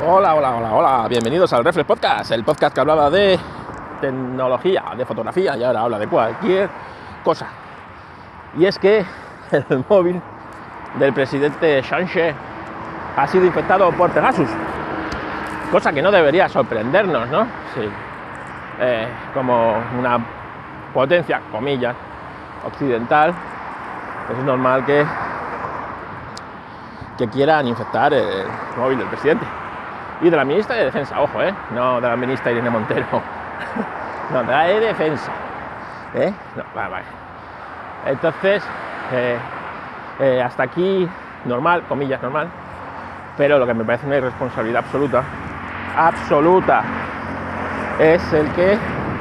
Hola, hola, hola, hola, bienvenidos al Reflex Podcast, el podcast que hablaba de tecnología, de fotografía y ahora habla de cualquier cosa. Y es que el móvil del presidente Sánchez ha sido infectado por Pegasus, cosa que no debería sorprendernos, ¿no? Sí. Como una potencia, comillas, occidental, pues es normal que quieran infectar el móvil del presidente. Y de la ministra de Defensa, ojo, no de la ministra Irene Montero, no, de la de Defensa, no, vale. Entonces, hasta aquí, normal, comillas, normal, pero lo que me parece una irresponsabilidad absoluta, es el que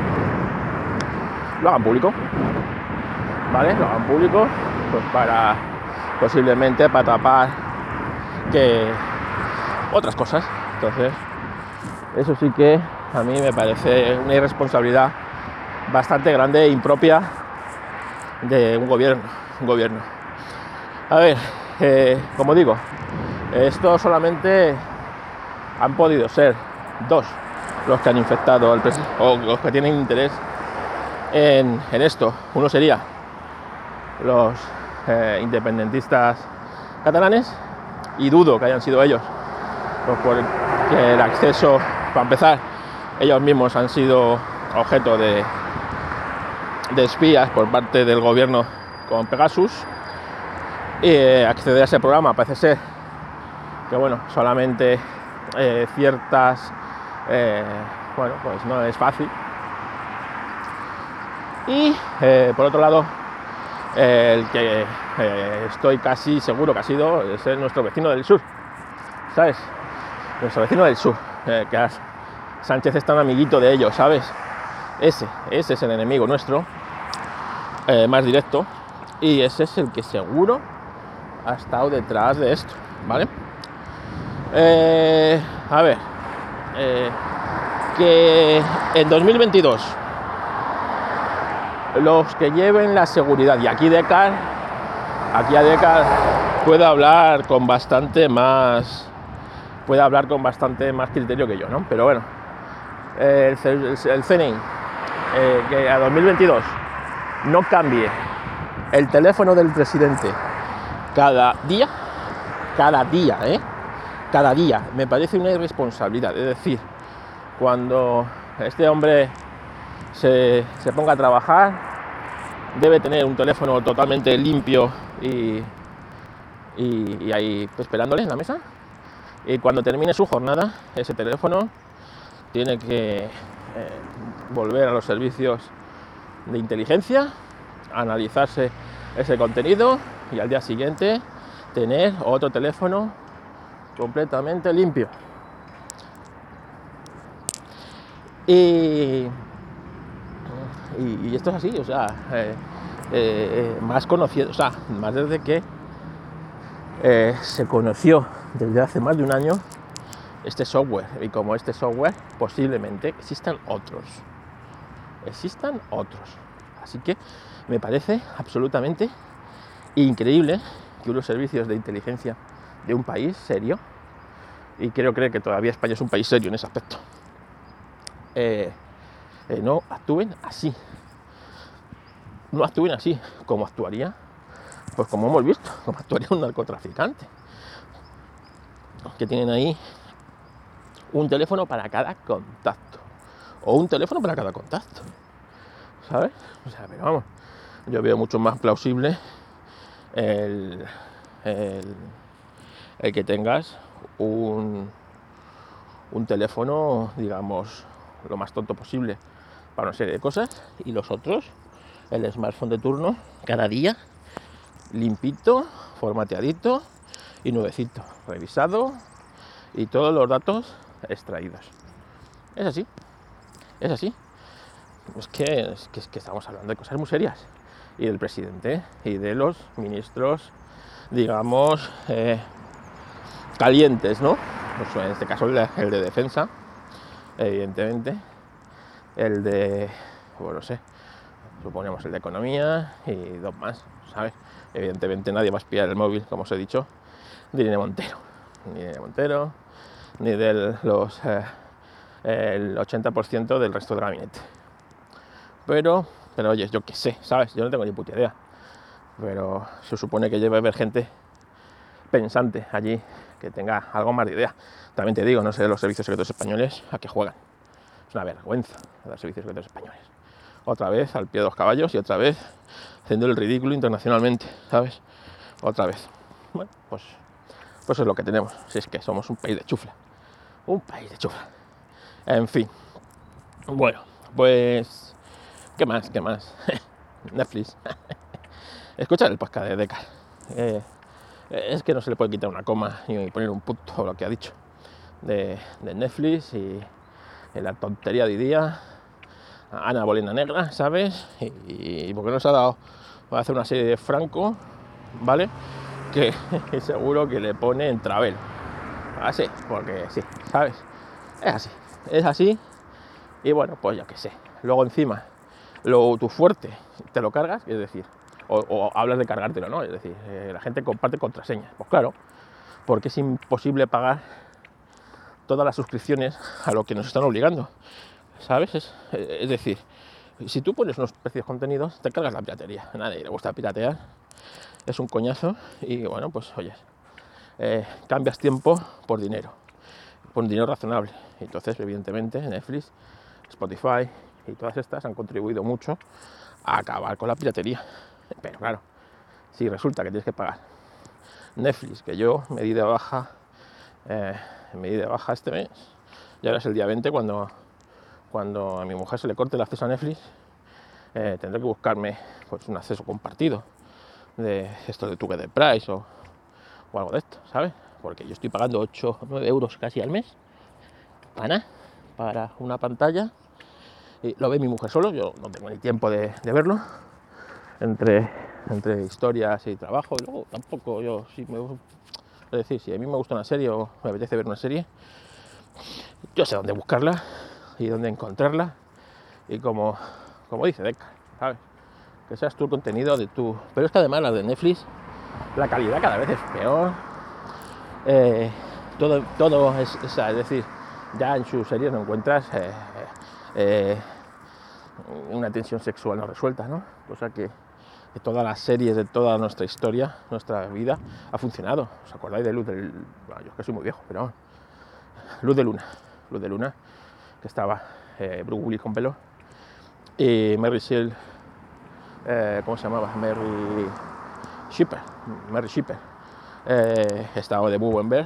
lo hagan público, ¿vale? Lo hagan público, pues posiblemente para tapar que otras cosas. Entonces, eso sí que a mí me parece una irresponsabilidad bastante grande e impropia de un gobierno. A ver, como digo, esto solamente han podido ser dos los que han infectado al presidente, o los que tienen interés en esto. Uno sería los independentistas catalanes, y dudo que hayan sido ellos, pues porque el acceso, para empezar, ellos mismos han sido objeto de espías por parte del gobierno con Pegasus, y acceder a ese programa parece ser que solamente ciertas pues no es fácil. Y por otro lado, el que estoy casi seguro que ha sido es nuestro vecino del sur, ¿sabes? Nuestro vecino del sur, que Sánchez está un amiguito de ellos, ¿sabes? Ese es el enemigo nuestro, más directo, y ese es el que seguro ha estado detrás de esto, ¿vale? A ver, que en 2022 los que lleven la seguridad, y aquí Decar puede hablar con bastante más criterio que yo, ¿no? Pero bueno, el CNI, que a 2022 no cambie el teléfono del presidente cada día, me parece una irresponsabilidad. Es decir, cuando este hombre se ponga a trabajar, debe tener un teléfono totalmente limpio y ahí esperándole en la mesa. Y cuando termine su jornada, ese teléfono tiene que volver a los servicios de inteligencia, analizarse ese contenido y al día siguiente tener otro teléfono completamente limpio. Y esto es así, más conocido, más desde que se conoció desde hace más de un año este software, y como este software posiblemente existan otros, así que me parece absolutamente increíble que unos servicios de inteligencia de un país serio, y creo que todavía España es un país serio en ese aspecto, no actúen así como actuaría, pues como hemos visto, como actuaría un narcotraficante, que tienen ahí un teléfono para cada contacto, ¿sabes? Pero vamos, yo veo mucho más plausible el que tengas un teléfono, digamos, lo más tonto posible para una serie de cosas, y los otros, el smartphone de turno, cada día limpito, formateadito y nuevecito, revisado y todos los datos extraídos. Es así. Es que estamos hablando de cosas muy serias, y del presidente y de los ministros, digamos, calientes, ¿no? Pues en este caso el de defensa, evidentemente, el de, suponemos el de economía y dos más, ¿sabes? Evidentemente nadie va a espiar el móvil, como os he dicho, de Irene Montero, ni del el 80% del resto del gabinete. Pero oye, yo qué sé, ¿sabes? Yo no tengo ni puta idea. Pero se supone que debe haber gente pensante allí que tenga algo más de idea. También te digo, no sé los servicios secretos españoles a qué juegan. Es una vergüenza los servicios secretos españoles. Otra vez al pie de los caballos y otra vez haciendo el ridículo internacionalmente, ¿sabes? Otra vez. Bueno, pues es lo que tenemos. Si es que somos un país de chufla. Un país de chufla. En fin. Bueno, pues... ¿Qué más? Netflix. Escuchar el podcast de Deca. Es que no se le puede quitar una coma ni poner un punto a lo que ha dicho de Netflix y la tontería de hoy día. Ana Bolena Negra, ¿sabes? Y porque nos ha dado a hacer una serie de Franco, ¿vale? Que seguro que le pone en Travel. Así, porque sí, ¿sabes? Es así. Y bueno, pues yo qué sé. Luego encima, tu fuerte te lo cargas, es decir, o hablas de cargártelo, ¿no? Es decir, la gente comparte contraseñas. Pues claro, porque es imposible pagar todas las suscripciones a lo que nos están obligando, ¿sabes? Es decir, si tú pones unos precios contenidos, te cargas la piratería. A nadie le gusta piratear, es un coñazo y bueno, pues oye, cambias tiempo por dinero razonable. Entonces, evidentemente, Netflix, Spotify y todas estas han contribuido mucho a acabar con la piratería. Pero claro, si resulta que tienes que pagar Netflix, que yo me di de baja este mes, y ahora es el día 20 cuando a mi mujer se le corte el acceso a Netflix, tendré que buscarme pues un acceso compartido de esto de Together Price o algo de esto, ¿sabes? Porque yo estoy pagando 8 o 9 euros casi al mes para una pantalla y lo ve mi mujer solo, yo no tengo ni tiempo de verlo entre historias y trabajo, y luego tampoco yo es decir, si a mí me gusta una serie o me apetece ver una serie, yo sé dónde buscarla y dónde encontrarla y como dice Deca, ¿sabes? Que seas tu contenido de tu... Pero es que además la de Netflix, la calidad cada vez es peor, todo es decir, ya en sus series no encuentras una tensión sexual no resuelta, ¿no? Cosa que todas las series de toda nuestra historia, nuestra vida, ha funcionado. ¿Os acordáis de Luz del... Bueno, yo es que soy muy viejo, pero Luz de Luna, que estaba Bruce Willis con pelo y Mary Shelley, ¿cómo se llamaba? Mary Shipper, estaba de Buenberg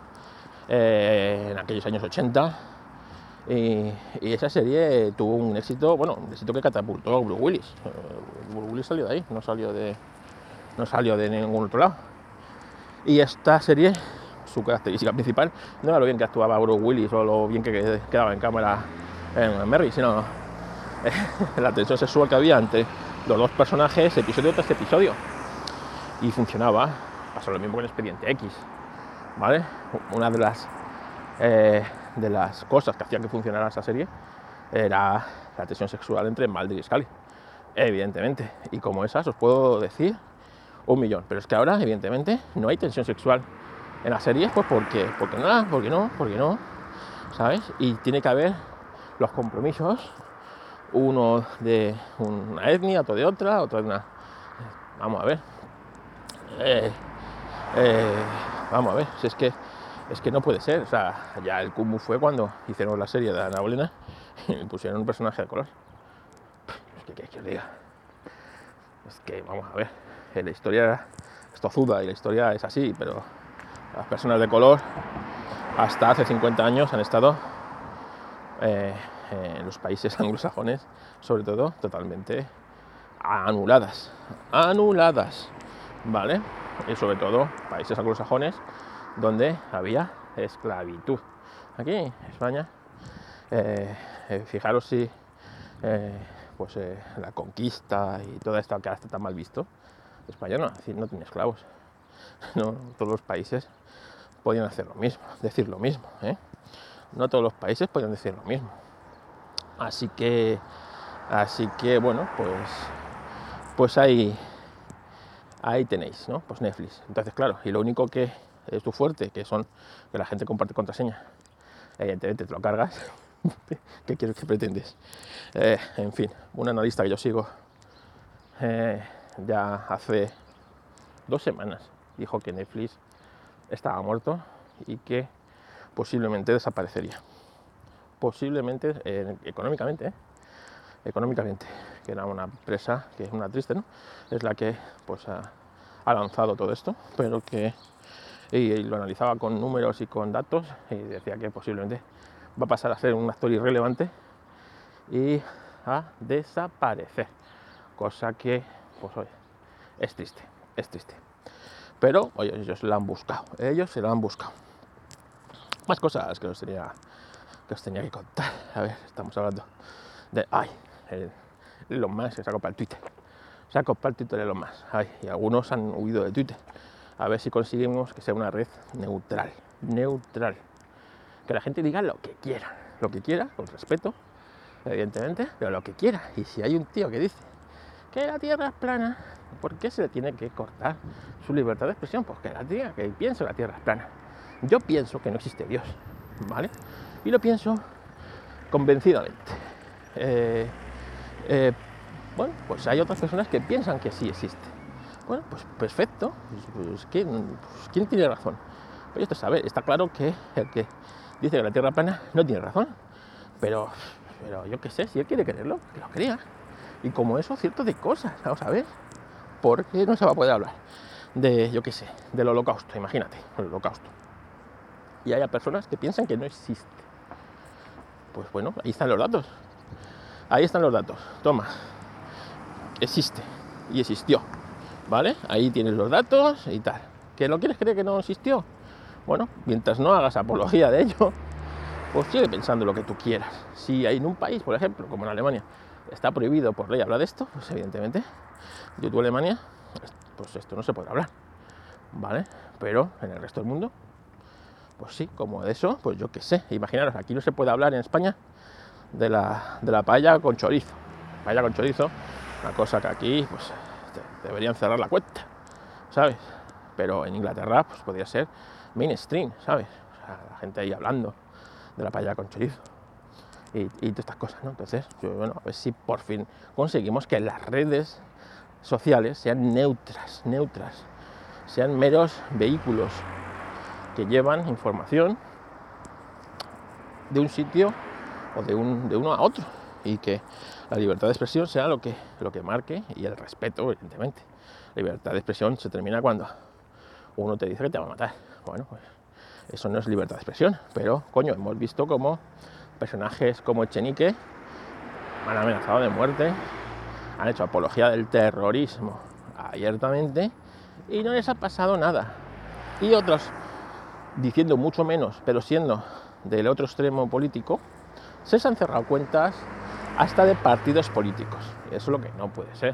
en aquellos años 80 y esa serie tuvo un éxito, un éxito que catapultó a Bruce Willis. Bruce Willis salió de ahí, no salió de ningún otro lado. Y esta serie, su característica principal no era lo bien que actuaba Bruce Willis o lo bien que quedaba en cámara en Mary, sino la tensión sexual que había entre los dos personajes episodio tras episodio. Y funcionaba. Pasó lo mismo con Expediente X, ¿vale? Una de las cosas que hacían que funcionara esa serie era la tensión sexual entre Mulder y Scully, evidentemente. Y como esas os puedo decir 1.000.000. Pero es que ahora, evidentemente, no hay tensión sexual en las series, pues porque no, ¿sabes? Y tiene que haber los compromisos, uno de una etnia, otro de otra, otro de una... Vamos a ver. Vamos a ver, si es que no puede ser. O sea, ya el Kumu fue cuando hicieron la serie de Ana Bolena y le pusieron un personaje de color. Es que, ¿qué os diga? Es que, vamos a ver, la historia es tozuda y la historia es así, pero las personas de color hasta hace 50 años han estado en los países anglosajones, sobre todo, totalmente anuladas, ¿vale? Y sobre todo países anglosajones donde había esclavitud. Aquí en España, fijaros si la conquista y todo esto que ahora está tan mal visto, España no tenía esclavos. No, todos los países podían hacer lo mismo, decir lo mismo, ¿eh? No todos los países podían decir lo mismo. Así que bueno, pues ahí tenéis, ¿no? Pues Netflix. Entonces, claro, y lo único que es tu fuerte, que la gente comparte contraseña, evidentemente te lo cargas. ¿Qué quieres que pretendes? En fin, un analista que yo sigo ya hace 2 semanas dijo que Netflix estaba muerto y que posiblemente desaparecería. Posiblemente, económicamente, que era una empresa que es una triste, ¿no? Es la que pues ha lanzado todo esto, pero que y lo analizaba con números y con datos y decía que posiblemente va a pasar a ser un actor irrelevante y a desaparecer, cosa que pues oye, es triste. Pero oye, ellos se lo han buscado. Más cosas que os tenía que contar. A ver, estamos hablando de Elon Musk, que sacó para el Twitter. Sacó para el Twitter Elon Musk. Y algunos han huido de Twitter. A ver si conseguimos que sea una red neutral. Que la gente diga lo que quiera, con respeto, evidentemente, pero lo que quiera. Y si hay un tío que dice que la Tierra es plana, ¿por qué se le tiene que cortar su libertad de expresión? Pues que la diga, que pienso que la Tierra es plana. Yo pienso que no existe Dios, ¿vale? Y lo pienso convencidamente. Bueno, pues hay otras personas que piensan que sí existe. Bueno, pues perfecto. ¿Quién tiene razón? Pues esto sabe, está claro que el que dice que la Tierra es plana no tiene razón. Pero yo qué sé, si él quiere creerlo, que lo crea. Y como eso, cierto de cosas, vamos a ver. Porque no se va a poder hablar de, yo qué sé, del holocausto, imagínate, el holocausto. Y hay personas que piensan que no existe. Pues bueno, ahí están los datos. Toma, existe y existió, ¿vale? Ahí tienes los datos y tal. ¿Que no quieres creer que no existió? Bueno, mientras no hagas apología de ello, pues sigue pensando lo que tú quieras. Si hay en un país, por ejemplo, como en Alemania, está prohibido por ley hablar de esto, pues evidentemente, YouTube Alemania, pues esto no se podrá hablar, ¿vale? Pero en el resto del mundo, pues sí, como de eso, pues yo qué sé. Imaginaros, aquí no se puede hablar en España de la paella con chorizo. Paella con chorizo, una cosa que aquí, pues, deberían cerrar la cuenta, ¿sabes? Pero en Inglaterra, pues podría ser mainstream, ¿sabes? O sea, la gente ahí hablando de la paella con chorizo y todas estas cosas, ¿no? Entonces, bueno, a ver si por fin conseguimos que las redes sociales sean neutras, sean meros vehículos que llevan información de un sitio o de uno a otro, y que la libertad de expresión sea lo que marque, y el respeto, evidentemente. La libertad de expresión se termina cuando uno te dice que te va a matar. Bueno, pues eso no es libertad de expresión, pero coño, hemos visto como personajes como Echenique han amenazado de muerte, han hecho apología del terrorismo abiertamente y no les ha pasado nada. Y otros, diciendo mucho menos, pero siendo del otro extremo político, se han cerrado cuentas hasta de partidos políticos. Y eso es lo que no puede ser.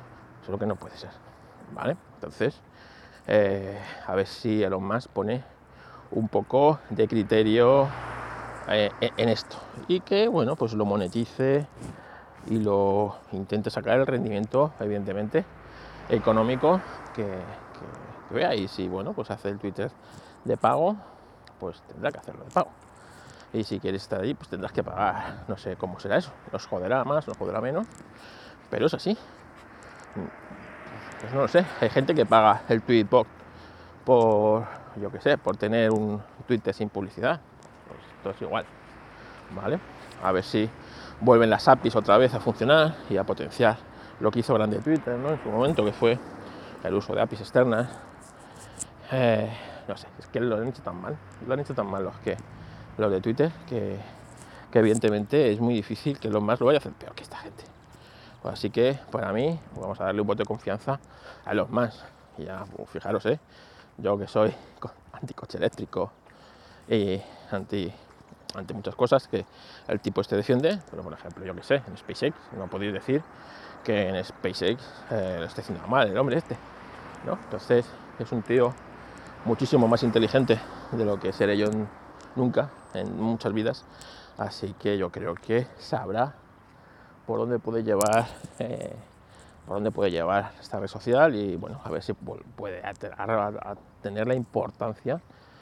¿Vale? Entonces, a ver si Elon Musk pone un poco de criterio en esto. Y que, bueno, pues lo monetice y lo intente sacar el rendimiento, evidentemente, económico que vea. Y si, bueno, pues hace el Twitter de pago, pues tendrá que hacerlo de pago. Y si quieres estar ahí, pues tendrás que pagar. No sé cómo será eso. Nos joderá más, nos joderá menos. Pero es así. Pues no lo sé. Hay gente que paga el tweetbot por, yo qué sé, por tener un Twitter sin publicidad. Pues esto es igual. ¿Vale? A ver si vuelven las APIs otra vez a funcionar y a potenciar lo que hizo grande Twitter, ¿no? En su momento, que fue el uso de APIs externas. No sé, es que lo han hecho tan mal. Los de Twitter, que evidentemente es muy difícil que los más lo vaya a hacer peor que esta gente. Pues así que para mí vamos a darle un voto de confianza a los más. Y ya, pues, fijaros, yo que soy anticoche eléctrico y anti muchas cosas que el tipo este defiende, pero por ejemplo, yo que sé, en SpaceX, no podéis decir que en SpaceX lo esté haciendo mal el hombre este, ¿no? Entonces es un tío muchísimo más inteligente de lo que seré yo nunca en muchas vidas, así que yo creo que sabrá por dónde puede llevar por dónde puede llevar esta red social y bueno, a ver si puede a tener la importancia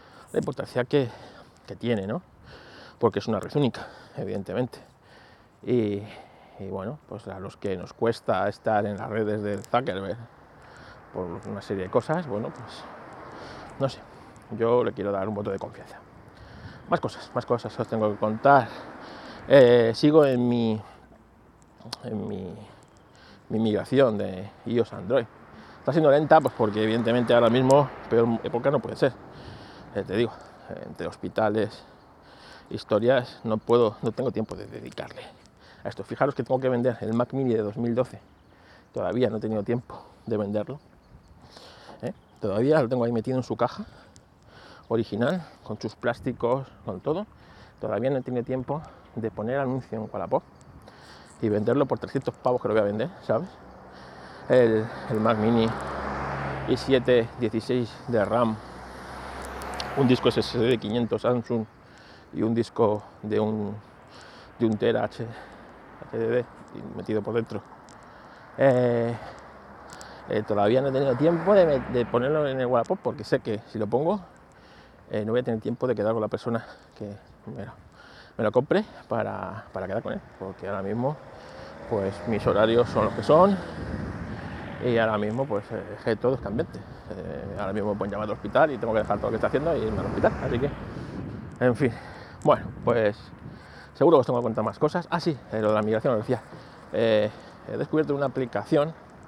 que tiene, ¿no? Porque es una red única, evidentemente. Y bueno, pues a los que nos cuesta estar en las redes del Zuckerberg por una serie de cosas, bueno, pues no sé, yo le quiero dar un voto de confianza. Más cosas os tengo que contar. Sigo en mi migración de iOS a Android. Está siendo lenta, pues porque evidentemente ahora mismo peor época no puede ser. Te digo, entre hospitales, historias, no tengo tiempo de dedicarle a esto. Fijaros que tengo que vender el Mac Mini de 2012. Todavía no he tenido tiempo de venderlo. Todavía lo tengo ahí metido en su caja original, con sus plásticos, con todo. Todavía no he tenido tiempo de poner anuncio en Wallapop y venderlo por 300 pavos que lo voy a vender, ¿sabes? El Mac Mini i7 16 de RAM, un disco SSD de 500 Samsung y un disco de un tera HDD metido por dentro. Todavía no he tenido tiempo de ponerlo en el Wallapop porque sé que si lo pongo no voy a tener tiempo de quedar con la persona que me lo compre para quedar con él, porque ahora mismo pues mis horarios son los que son y ahora mismo pues todo es cambiante. Ahora mismo me pueden llamar al hospital y tengo que dejar todo lo que está haciendo y irme al hospital, así que en fin, bueno, pues seguro que os tengo que contar más cosas. Sí, lo de la migración, lo decía. He descubierto una aplicación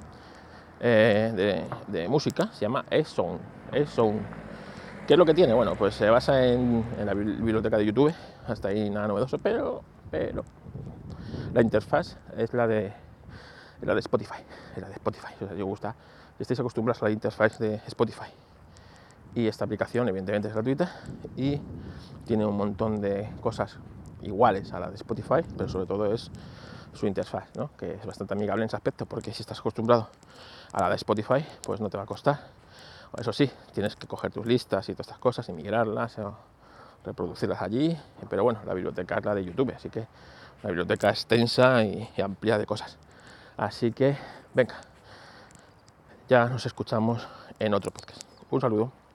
de música, se llama eSound. ¿Qué es lo que tiene? Bueno, pues se basa en la biblioteca de YouTube, hasta ahí nada novedoso, pero la interfaz es la de Spotify. O sea, yo gusta, estáis acostumbrados a la interfaz de Spotify. Y esta aplicación, evidentemente, es gratuita y tiene un montón de cosas iguales a la de Spotify, pero sobre todo es su interfaz, ¿no? Que es bastante amigable en ese aspecto, porque si estás acostumbrado a la de Spotify, pues no te va a costar. Eso sí, tienes que coger tus listas y todas estas cosas y migrarlas o reproducirlas allí, pero bueno, la biblioteca es la de YouTube, así que una biblioteca extensa y amplia de cosas. Así que, venga, ya nos escuchamos en otro podcast. Un saludo.